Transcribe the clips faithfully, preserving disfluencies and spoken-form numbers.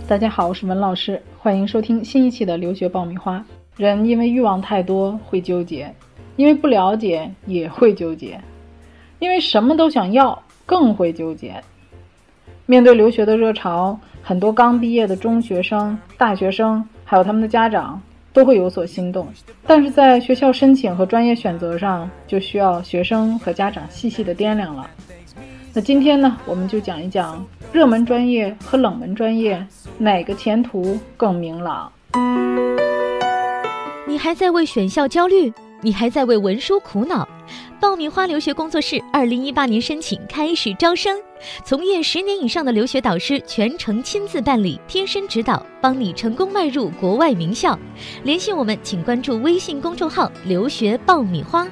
大家好，我是文老师，欢迎收听新一期的留学爆米花。人因为欲望太多会纠结，因为不了解也会纠结，因为什么都想要更会纠结。面对留学的热潮，很多刚毕业的中学生、大学生还有他们的家长都会有所心动，但是在学校申请和专业选择上就需要学生和家长细细的掂量了。那今天呢，我们就讲一讲热门专业和冷门专业哪个前途更明朗。 你还在为选校焦虑？你还在为文书苦恼？爆米花留学工作室二零一八年申请开始招生，从业十年以上的留学导师全程亲自办理，贴身指导，帮你成功迈入国外名校。联系我们，请关注微信公众号留学爆米花。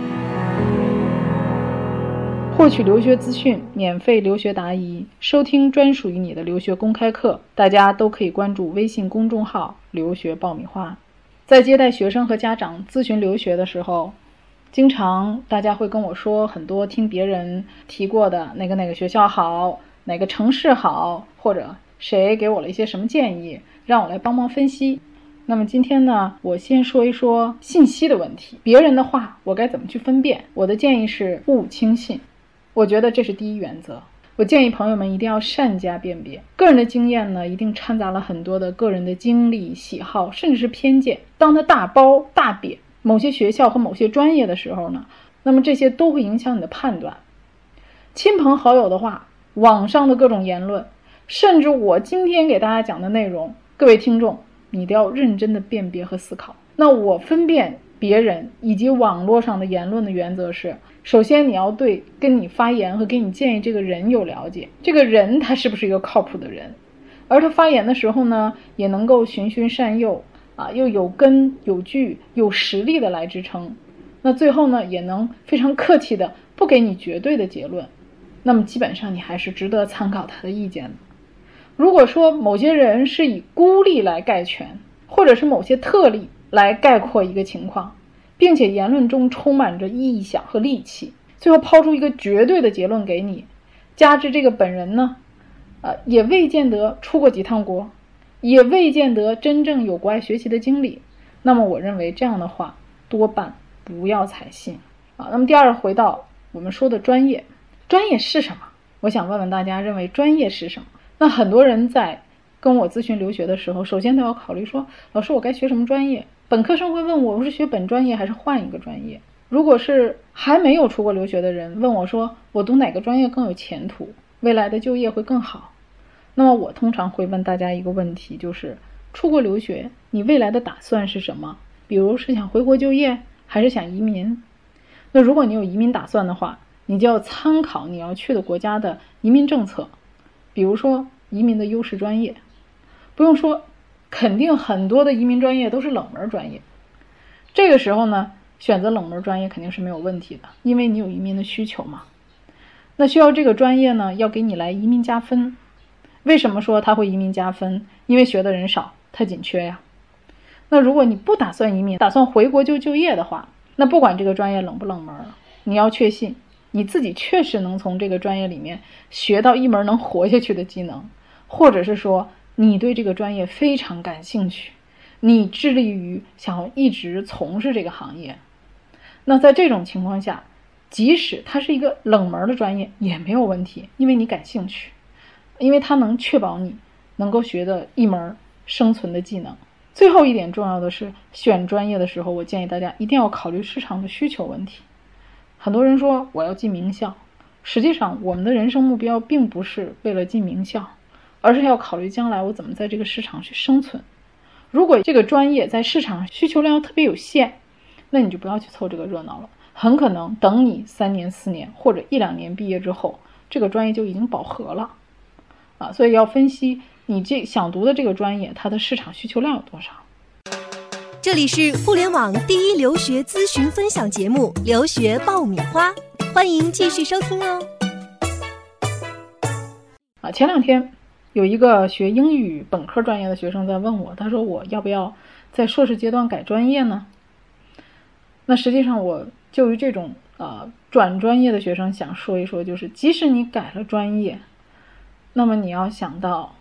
获取留学资讯，免费留学答疑，收听专属于你的留学公开课，大家都可以关注微信公众号留学爆米花。在接待学生和家长咨询留学的时候，经常大家会跟我说很多听别人提过的哪个哪个学校好，哪个城市好，或者谁给我了一些什么建议，让我来帮忙分析。那么今天呢，我先说一说信息的问题，别人的话我该怎么去分辨。我的建议是勿轻信，我觉得这是第一原则。我建议朋友们一定要善加辨别，个人的经验呢，一定掺杂了很多的个人的经历、喜好，甚至是偏见。当它大包大瘪某些学校和某些专业的时候呢，那么这些都会影响你的判断。亲朋好友的话，网上的各种言论，甚至我今天给大家讲的内容，各位听众你都要认真的辨别和思考。那我分辨别人以及网络上的言论的原则是，首先你要对跟你发言和给你建议这个人有了解，这个人他是不是一个靠谱的人，而他发言的时候呢，也能够循循善诱啊，又有根有据有实力的来支撑。那最后呢，也能非常客气的不给你绝对的结论，那么基本上你还是值得参考他的意见的。如果说某些人是以孤立来概全，或者是某些特例来概括一个情况，并且言论中充满着臆想和戾气，最后抛出一个绝对的结论给你，加之这个本人呢，呃，也未见得出过几趟国，也未见得真正有国外学习的经历，那么我认为这样的话多半不要采信啊。那么第二，回到我们说的专业，专业是什么？我想问问大家，认为专业是什么？那很多人在跟我咨询留学的时候，首先都要考虑说，老师我该学什么专业？本科生会问我，我是学本专业还是换一个专业？如果是还没有出国留学的人问我说，我读哪个专业更有前途，未来的就业会更好，那么我通常会问大家一个问题，就是出国留学你未来的打算是什么？比如是想回国就业还是想移民？那如果你有移民打算的话，你就要参考你要去的国家的移民政策，比如说移民的优势专业。不用说，肯定很多的移民专业都是冷门专业，这个时候呢，选择冷门专业肯定是没有问题的，因为你有移民的需求嘛。那需要这个专业呢，要给你来移民加分。为什么说它会移民加分？因为学的人少，它紧缺呀。那如果你不打算移民，打算回国就就业的话，那不管这个专业冷不冷门，你要确信你自己确实能从这个专业里面学到一门能活下去的技能，或者是说你对这个专业非常感兴趣，你致力于想要一直从事这个行业。那在这种情况下，即使它是一个冷门的专业也没有问题，因为你感兴趣，因为它能确保你能够学的一门生存的技能。最后一点重要的是，选专业的时候，我建议大家一定要考虑市场的需求问题。很多人说我要进名校，实际上我们的人生目标并不是为了进名校，而是要考虑将来我怎么在这个市场去生存。如果这个专业在市场需求量特别有限，那你就不要去凑这个热闹了，很可能等你三年四年或者一两年毕业之后，这个专业就已经饱和了啊。所以要分析你这想读的这个专业，它的市场需求量有多少。 这里是互联网第一留学咨询分享节目《留学爆米花》，欢迎继续收听哦。 啊，前两天有一个学英语本科专业的学生在问我，他说我要不要在硕士阶段改专业呢？那实际上我就于这种呃转专业的学生想说一说，就是即使你改了专业，那么你要想到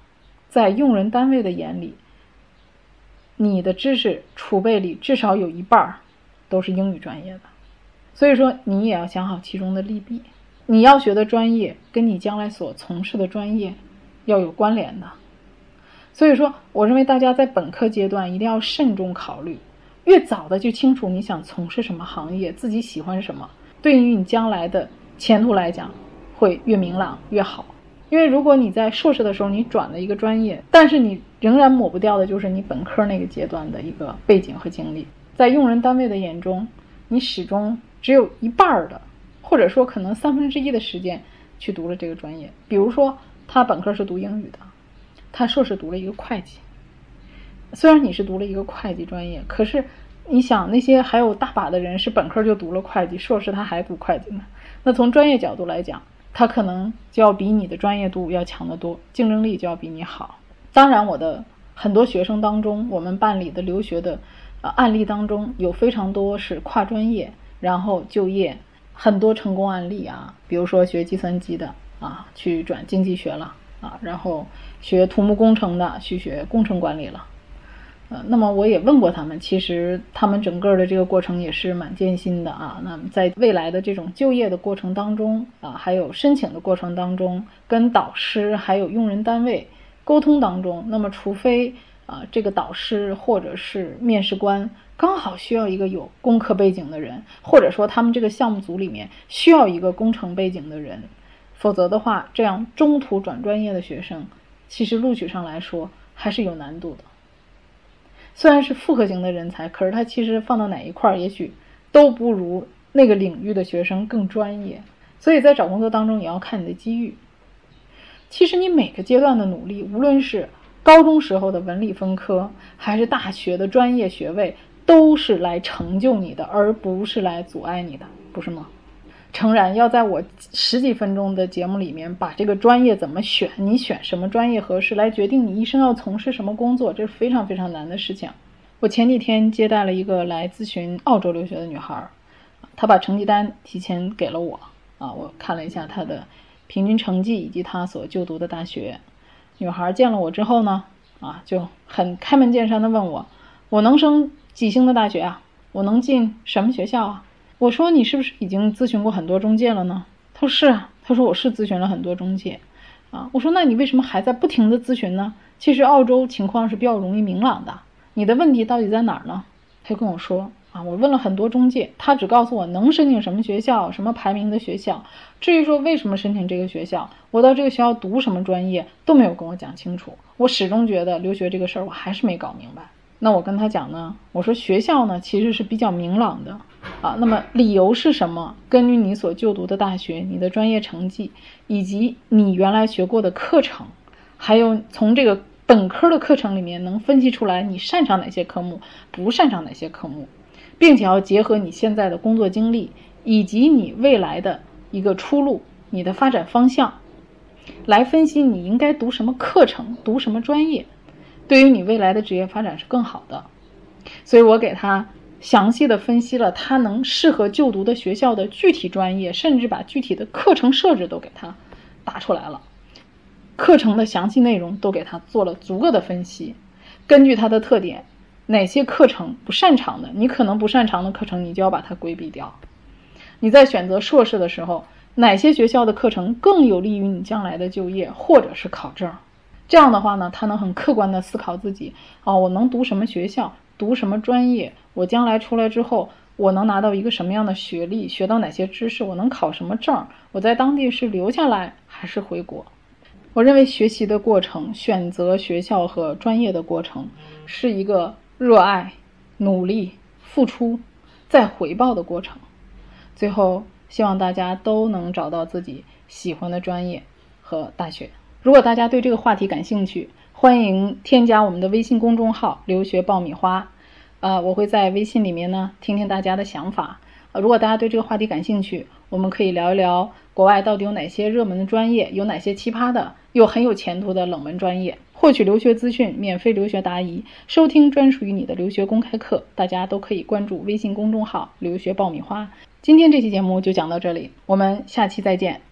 在用人单位的眼里，你的知识储备里至少有一半都是英语专业的。所以说你也要想好其中的利弊，你要学的专业跟你将来所从事的专业要有关联的。所以说我认为大家在本科阶段一定要慎重考虑，越早的就清楚你想从事什么行业，自己喜欢什么，对于你将来的前途来讲会越明朗越好。因为如果你在硕士的时候你转了一个专业，但是你仍然抹不掉的就是你本科那个阶段的一个背景和经历，在用人单位的眼中，你始终只有一半的，或者说可能三分之一的时间去读了这个专业。比如说他本科是读英语的，他硕士读了一个会计，虽然你是读了一个会计专业，可是你想那些还有大把的人是本科就读了会计，硕士他还读会计呢，那从专业角度来讲，他可能就要比你的专业度要强得多，竞争力就要比你好。当然我的很多学生当中，我们办理的留学的、呃、案例当中有非常多是跨专业然后就业，很多成功案例啊，比如说学计算机的啊去转经济学了啊，然后学土木工程的去学工程管理了。呃，那么我也问过他们，其实他们整个的这个过程也是蛮艰辛的啊。那么在未来的这种就业的过程当中啊，还有申请的过程当中，跟导师还有用人单位沟通当中，那么除非啊这个导师或者是面试官刚好需要一个有工科背景的人，或者说他们这个项目组里面需要一个工程背景的人，否则的话，这样中途转专业的学生，其实录取上来说还是有难度的。虽然是复合型的人才，可是他其实放到哪一块也许都不如那个领域的学生更专业。所以在找工作当中也要看你的机遇。其实你每个阶段的努力，无论是高中时候的文理分科，还是大学的专业学位，都是来成就你的，而不是来阻碍你的，不是吗？诚然，要在我十几分钟的节目里面把这个专业怎么选，你选什么专业合适，来决定你一生要从事什么工作，这是非常非常难的事情。我前几天接待了一个来咨询澳洲留学的女孩，她把成绩单提前给了我啊，我看了一下她的平均成绩以及她所就读的大学。女孩见了我之后呢，啊，就很开门见山的问我，我能升几星的大学啊？我能进什么学校啊？我说你是不是已经咨询过很多中介了呢？他说是啊，他说我是咨询了很多中介啊。我说那你为什么还在不停的咨询呢？其实澳洲情况是比较容易明朗的，你的问题到底在哪儿呢？他就跟我说啊，我问了很多中介，他只告诉我能申请什么学校，什么排名的学校，至于说为什么申请这个学校，我到这个学校读什么专业都没有跟我讲清楚。我始终觉得留学这个事儿我还是没搞明白。那我跟他讲呢，我说学校呢其实是比较明朗的啊，那么理由是什么？根据你所就读的大学，你的专业成绩，以及你原来学过的课程，还有从这个本科的课程里面能分析出来你擅长哪些科目，不擅长哪些科目，并且要结合你现在的工作经历以及你未来的一个出路，你的发展方向，来分析你应该读什么课程，读什么专业，对于你未来的职业发展是更好的。所以我给他详细的分析了他能适合就读的学校的具体专业，甚至把具体的课程设置都给他打出来了，课程的详细内容都给他做了足够的分析。根据他的特点，哪些课程不擅长的，你可能不擅长的课程你就要把它规避掉。你在选择硕士的时候，哪些学校的课程更有利于你将来的就业或者是考证，这样的话呢，他能很客观的思考自己啊，我能读什么学校，读什么专业，我将来出来之后我能拿到一个什么样的学历，学到哪些知识，我能考什么证，我在当地是留下来还是回国。我认为学习的过程，选择学校和专业的过程，是一个热爱、努力、付出再回报的过程。最后希望大家都能找到自己喜欢的专业和大学。如果大家对这个话题感兴趣，欢迎添加我们的微信公众号留学爆米花，呃，我会在微信里面呢听听大家的想法。呃，如果大家对这个话题感兴趣，我们可以聊一聊国外到底有哪些热门的专业，有哪些奇葩的又很有前途的冷门专业。获取留学资讯，免费留学答疑，收听专属于你的留学公开课，大家都可以关注微信公众号留学爆米花。今天这期节目就讲到这里，我们下期再见。